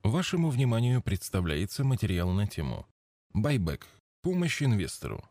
Вашему вниманию представляется материал на тему «Байбек. Помощь инвестору».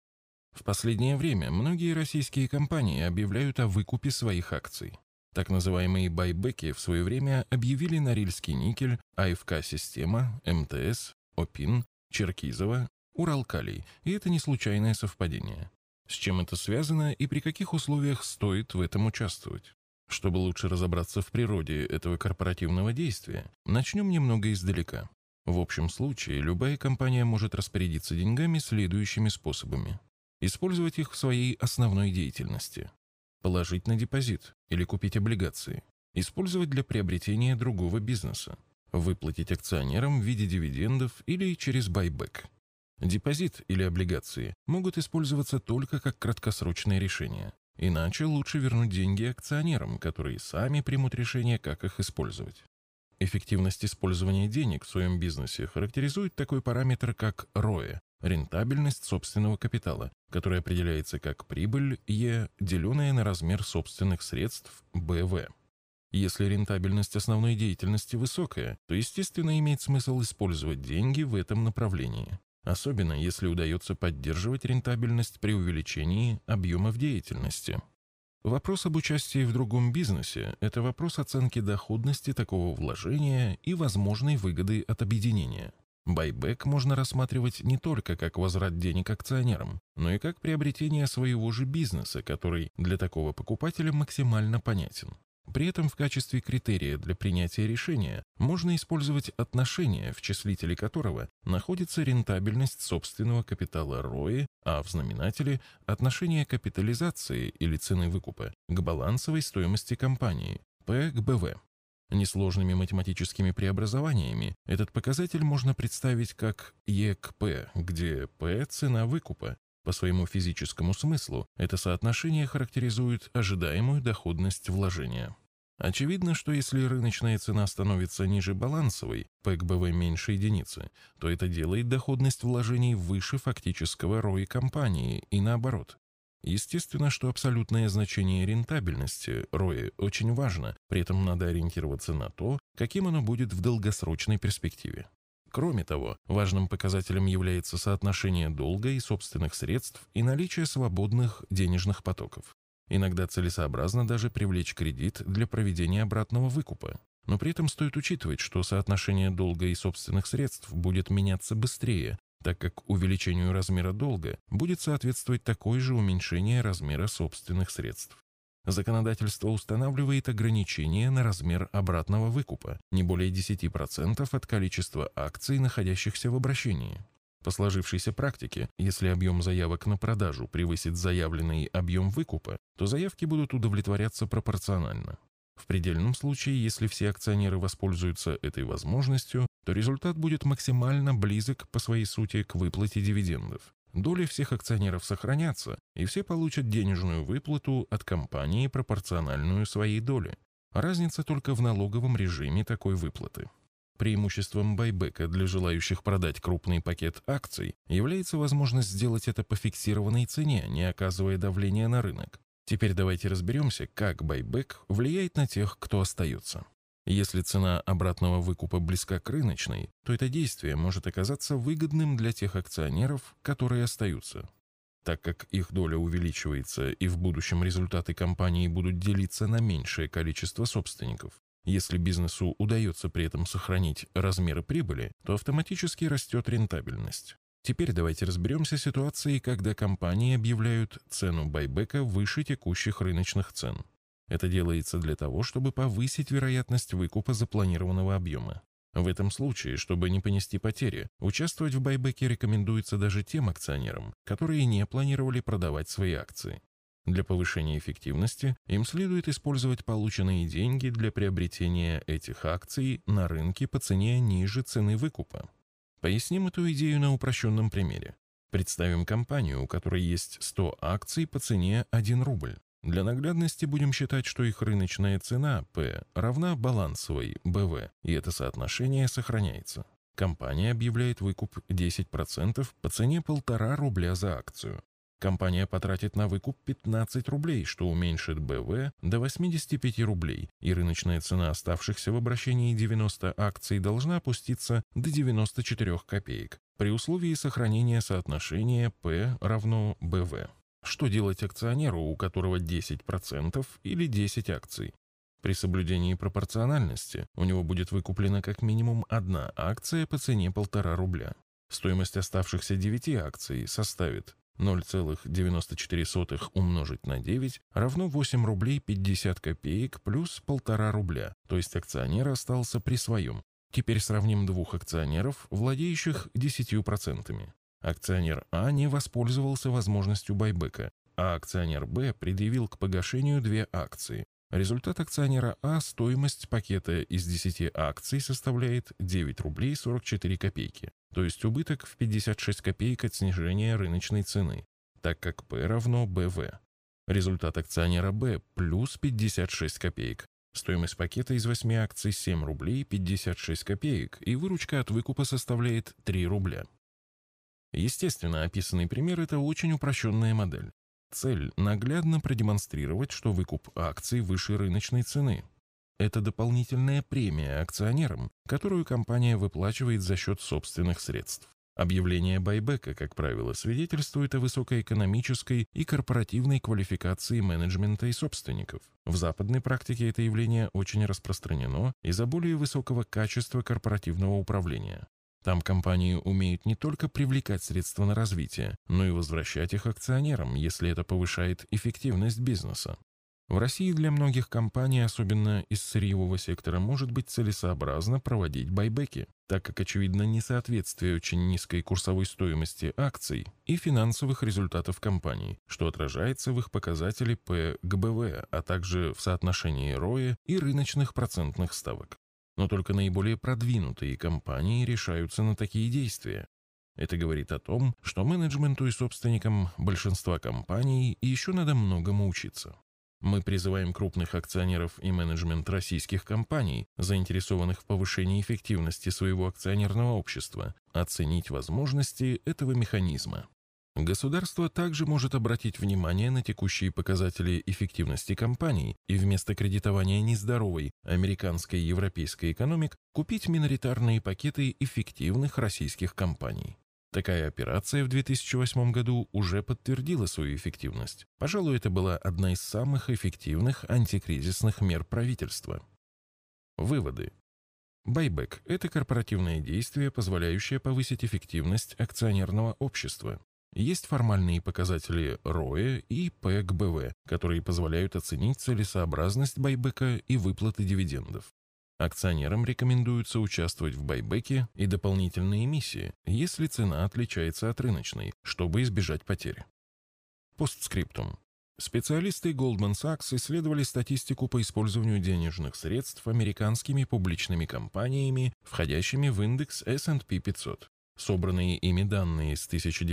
В последнее время многие российские компании объявляют о выкупе своих акций. Так называемые байбеки в свое время объявили Норильский никель, АФК-система, МТС, ОПИН, Черкизово, Уралкалий, и это не случайное совпадение. С чем это связано и при каких условиях стоит в этом участвовать? Чтобы лучше разобраться в природе этого корпоративного действия, начнем немного издалека. В общем случае, любая компания может распорядиться деньгами следующими способами. Использовать их в своей основной деятельности. Положить на депозит или купить облигации. Использовать для приобретения другого бизнеса. Выплатить акционерам в виде дивидендов или через байбек. Депозит или облигации могут использоваться только как краткосрочное решение. Иначе лучше вернуть деньги акционерам, которые сами примут решение, как их использовать. Эффективность использования денег в своем бизнесе характеризует такой параметр, как ROE – рентабельность собственного капитала, который определяется как прибыль Е, деленная на размер собственных средств БВ. Если рентабельность основной деятельности высокая, то, естественно, имеет смысл использовать деньги в этом направлении. Особенно, если удается поддерживать рентабельность при увеличении объемов деятельности. Вопрос об участии в другом бизнесе – это вопрос оценки доходности такого вложения и возможной выгоды от объединения. Байбек можно рассматривать не только как возврат денег акционерам, но и как приобретение своего же бизнеса, который для такого покупателя максимально понятен. При этом в качестве критерия для принятия решения можно использовать отношение, в числителе которого находится рентабельность собственного капитала ROE, а в знаменателе – отношение капитализации или цены выкупа к балансовой стоимости компании, P к БВ. Несложными математическими преобразованиями этот показатель можно представить как E к P, где P – цена выкупа. По своему физическому смыслу это соотношение характеризует ожидаемую доходность вложения. Очевидно, что если рыночная цена становится ниже балансовой, P к БВ меньше единицы, то это делает доходность вложений выше фактического ROI компании и наоборот. Естественно, что абсолютное значение рентабельности, ROI, очень важно, при этом надо ориентироваться на то, каким оно будет в долгосрочной перспективе. Кроме того, важным показателем является соотношение долга и собственных средств и наличие свободных денежных потоков. Иногда целесообразно даже привлечь кредит для проведения обратного выкупа. Но при этом стоит учитывать, что соотношение долга и собственных средств будет меняться быстрее, так как увеличению размера долга будет соответствовать такое же уменьшение размера собственных средств. Законодательство устанавливает ограничение на размер обратного выкупа, не более 10% от количества акций, находящихся в обращении. По сложившейся практике, если объем заявок на продажу превысит заявленный объем выкупа, то заявки будут удовлетворяться пропорционально. В предельном случае, если все акционеры воспользуются этой возможностью, то результат будет максимально близок по своей сути к выплате дивидендов. Доли всех акционеров сохранятся, и все получат денежную выплату от компании, пропорциональную своей доле. Разница только в налоговом режиме такой выплаты. Преимуществом байбека для желающих продать крупный пакет акций является возможность сделать это по фиксированной цене, не оказывая давления на рынок. Теперь давайте разберемся, как байбек влияет на тех, кто остается. Если цена обратного выкупа близка к рыночной, то это действие может оказаться выгодным для тех акционеров, которые остаются. Так как их доля увеличивается и в будущем результаты компании будут делиться на меньшее количество собственников, если бизнесу удается при этом сохранить размеры прибыли, то автоматически растет рентабельность. Теперь давайте разберемся с ситуацией, когда компании объявляют цену байбека выше текущих рыночных цен. Это делается для того, чтобы повысить вероятность выкупа запланированного объема. В этом случае, чтобы не понести потери, участвовать в байбеке рекомендуется даже тем акционерам, которые не планировали продавать свои акции. Для повышения эффективности им следует использовать полученные деньги для приобретения этих акций на рынке по цене ниже цены выкупа. Поясним эту идею на упрощенном примере. Представим компанию, у которой есть 100 акций по цене 1 рубль. Для наглядности будем считать, что их рыночная цена P равна балансовой БВ, и это соотношение сохраняется. Компания объявляет выкуп 10% по цене 1,5 рубля за акцию. Компания потратит на выкуп 15 рублей, что уменьшит БВ до 85 рублей, и рыночная цена оставшихся в обращении 90 акций должна опуститься до 94 копеек, при условии сохранения соотношения P равно БВ. Что делать акционеру, у которого 10% или 10 акций? При соблюдении пропорциональности у него будет выкуплена как минимум одна акция по цене 1,5 рубля. Стоимость оставшихся 9 акций составит 0,94 умножить на 9 равно 8 рублей 50 копеек плюс 1,5 рубля, то есть акционер остался при своем. Теперь сравним двух акционеров, владеющих 10%. Акционер А не воспользовался возможностью байбека, а акционер Б предъявил к погашению 2 акции. Результат акционера А – стоимость пакета из 10 акций составляет 9 рублей 44 копейки, то есть убыток в 56 копеек от снижения рыночной цены, так как P равно БВ. Результат акционера Б – плюс 56 копеек. Стоимость пакета из 8 акций – 7 рублей 56 копеек, и выручка от выкупа составляет 3 рубля. Естественно, описанный пример – это очень упрощенная модель. Цель – наглядно продемонстрировать, что выкуп акций выше рыночной цены. Это дополнительная премия акционерам, которую компания выплачивает за счет собственных средств. Объявление байбека, как правило, свидетельствует о высокой экономической и корпоративной квалификации менеджмента и собственников. В западной практике это явление очень распространено из-за более высокого качества корпоративного управления. Там компании умеют не только привлекать средства на развитие, но и возвращать их акционерам, если это повышает эффективность бизнеса. В России для многих компаний, особенно из сырьевого сектора, может быть целесообразно проводить байбеки, так как очевидно несоответствие очень низкой курсовой стоимости акций и финансовых результатов компаний, что отражается в их показателе P к БВ, а также в соотношении ROE и рыночных процентных ставок. Но только наиболее продвинутые компании решаются на такие действия. Это говорит о том, что менеджменту и собственникам большинства компаний еще надо многому учиться. Мы призываем крупных акционеров и менеджмент российских компаний, заинтересованных в повышении эффективности своего акционерного общества, оценить возможности этого механизма. Государство также может обратить внимание на текущие показатели эффективности компаний и вместо кредитования нездоровой американской и европейской экономик купить миноритарные пакеты эффективных российских компаний. Такая операция в 2008 году уже подтвердила свою эффективность. Пожалуй, это была одна из самых эффективных антикризисных мер правительства. Выводы. Байбек – это корпоративное действие, позволяющее повысить эффективность акционерного общества. Есть формальные показатели ROE и P к БВ, которые позволяют оценить целесообразность байбека и выплаты дивидендов. Акционерам рекомендуется участвовать в байбеке и дополнительной эмиссии, если цена отличается от рыночной, чтобы избежать потерь. Постскриптум. Специалисты Goldman Sachs исследовали статистику по использованию денежных средств американскими публичными компаниями, входящими в индекс S&P 500. Собранные ими данные с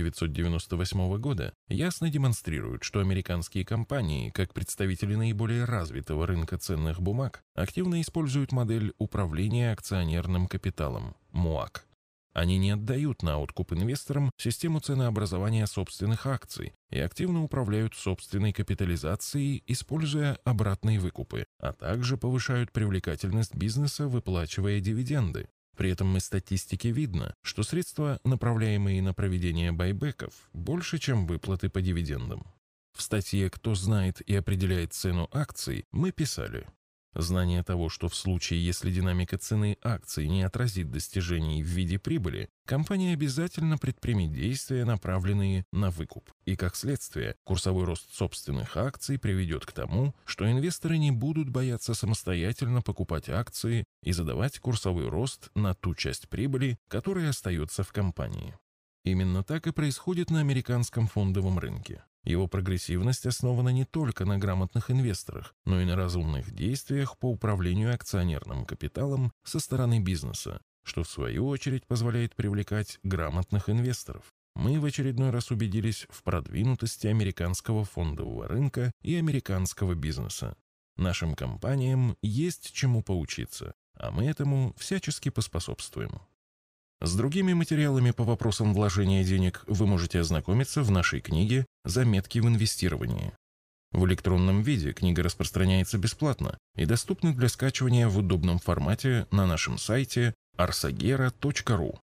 1998 года ясно демонстрируют, что американские компании, как представители наиболее развитого рынка ценных бумаг, активно используют модель управления акционерным капиталом – МУАК. Они не отдают на откуп инвесторам систему ценообразования собственных акций и активно управляют собственной капитализацией, используя обратные выкупы, а также повышают привлекательность бизнеса, выплачивая дивиденды. При этом из статистики видно, что средства, направляемые на проведение байбеков, больше, чем выплаты по дивидендам. В статье «Кто знает и определяет цену акций» мы писали: знание того, что в случае, если динамика цены акций не отразит достижений в виде прибыли, компания обязательно предпримет действия, направленные на выкуп. И, как следствие, курсовой рост собственных акций приведет к тому, что инвесторы не будут бояться самостоятельно покупать акции и задавать курсовой рост на ту часть прибыли, которая остается в компании. Именно так и происходит на американском фондовом рынке. Его прогрессивность основана не только на грамотных инвесторах, но и на разумных действиях по управлению акционерным капиталом со стороны бизнеса, что в свою очередь позволяет привлекать грамотных инвесторов. Мы в очередной раз убедились в продвинутости американского фондового рынка и американского бизнеса. Нашим компаниям есть чему поучиться, а мы этому всячески поспособствуем. С другими материалами по вопросам вложения денег вы можете ознакомиться в нашей книге «Заметки в инвестировании». В электронном виде книга распространяется бесплатно и доступна для скачивания в удобном формате на нашем сайте arsagera.ru.